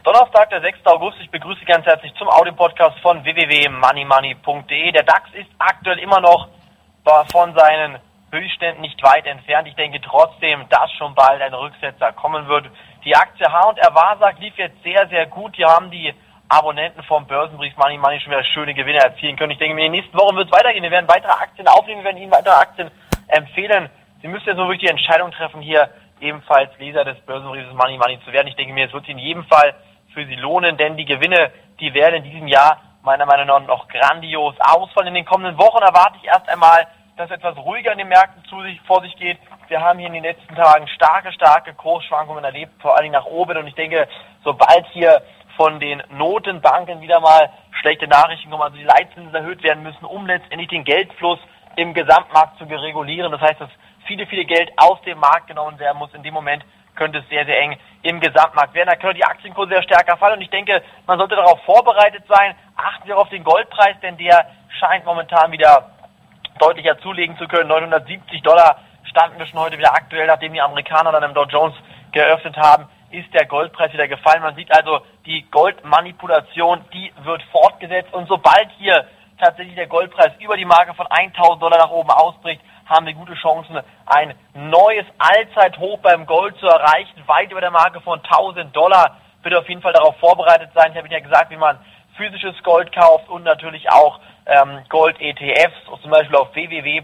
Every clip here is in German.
Donnerstag, der 6. August. Ich begrüße Sie ganz herzlich zum Audio-Podcast von www.moneymoney.de. Der DAX ist aktuell immer noch von seinen Höchstständen nicht weit entfernt. Ich denke trotzdem, dass schon bald ein Rücksetzer kommen wird. Die Aktie H&R Warsag lief jetzt sehr, sehr gut. Hier haben die Abonnenten vom Börsenbrief Money Money schon wieder schöne Gewinne erzielen können. Ich denke, in den nächsten Wochen wird es weitergehen. Wir werden weitere Aktien aufnehmen, wir werden Ihnen weitere Aktien empfehlen. Sie müssen jetzt nur wirklich die Entscheidung treffen, hier ebenfalls Leser des Börsenbriefes Money Money zu werden. Ich denke mir, es wird sich in jedem Fall für Sie lohnen, denn die Gewinne, die werden in diesem Jahr meiner Meinung nach noch grandios ausfallen. In den kommenden Wochen erwarte ich erst einmal, dass etwas ruhiger in den Märkten vor sich geht. Wir haben hier in den letzten Tagen starke Kursschwankungen erlebt, vor allen Dingen nach oben. Und ich denke, sobald hier von den Notenbanken wieder mal schlechte Nachrichten kommen, also die Leitzinsen erhöht werden müssen, um letztendlich den Geldfluss im Gesamtmarkt zu regulieren. Das heißt, dass viele Geld aus dem Markt genommen werden muss. In dem Moment könnte es sehr, sehr eng im Gesamtmarkt werden. Da können die Aktienkurse sehr stärker fallen. Und ich denke, man sollte darauf vorbereitet sein. Achten Sie auch auf den Goldpreis, denn der scheint momentan wieder deutlicher zulegen zu können. $970 standen wir schon heute wieder aktuell, nachdem die Amerikaner dann im Dow Jones geöffnet haben, ist der Goldpreis wieder gefallen. Man sieht also, die Goldmanipulation, die wird fortgesetzt. Und sobald hier tatsächlich der Goldpreis über die Marke von $1.000 nach oben ausbricht, haben wir gute Chancen, ein neues Allzeithoch beim Gold zu erreichen, weit über der Marke von $1.000. Bitte auf jeden Fall darauf vorbereitet sein. Ich habe Ihnen ja gesagt, wie man physisches Gold kauft und natürlich auch Gold-ETFs, zum Beispiel auf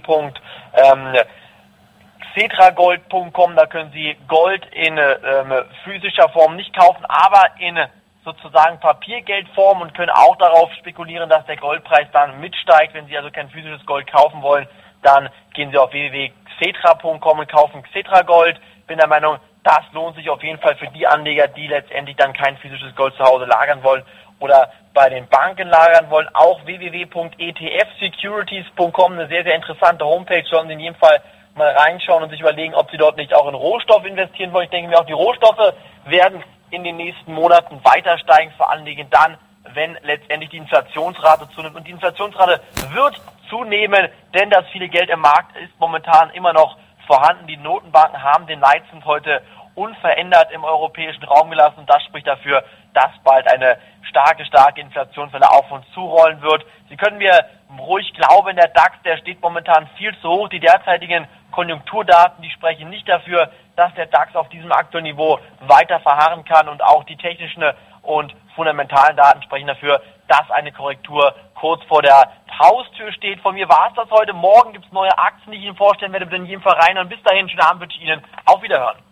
www.xetragold.com. Da können Sie Gold in physischer Form nicht kaufen, aber in sozusagen Papiergeldform und können auch darauf spekulieren, dass der Goldpreis dann mitsteigt. Wenn Sie also kein physisches Gold kaufen wollen, dann gehen Sie auf www.xetra.com und kaufen Xetra Gold. Bin der Meinung, das lohnt sich auf jeden Fall für die Anleger, die letztendlich dann kein physisches Gold zu Hause lagern wollen oder bei den Banken lagern wollen. Auch www.etfsecurities.com, eine sehr, sehr interessante Homepage. Sollen Sie in jedem Fall mal reinschauen und sich überlegen, ob Sie dort nicht auch in Rohstoffe investieren wollen. Ich denke mir, auch die Rohstoffe werden in den nächsten Monaten weiter steigen, vor allen Dingen dann, wenn letztendlich die Inflationsrate zunimmt. Und die Inflationsrate wird zunehmen, denn das viele Geld im Markt ist momentan immer noch vorhanden. Die Notenbanken haben den Leitzins heute unverändert im europäischen Raum gelassen. Und das spricht dafür, dass bald eine starke Inflationswelle auf uns zurollen wird. Sie können mir ruhig glauben, der DAX, der steht momentan viel zu hoch. Die derzeitigen Konjunkturdaten, die sprechen nicht dafür, dass der DAX auf diesem aktuellen Niveau weiter verharren kann. Und auch die technischen und fundamentalen Daten sprechen dafür, dass eine Korrektur kurz vor der Haustür steht. Von mir war es das heute. Morgen gibt es neue Aktien, die ich Ihnen vorstellen werde. Bitte in jedem Fall rein. Und bis dahin, schönen Abend wünsche ich Ihnen. Auf Wiederhören.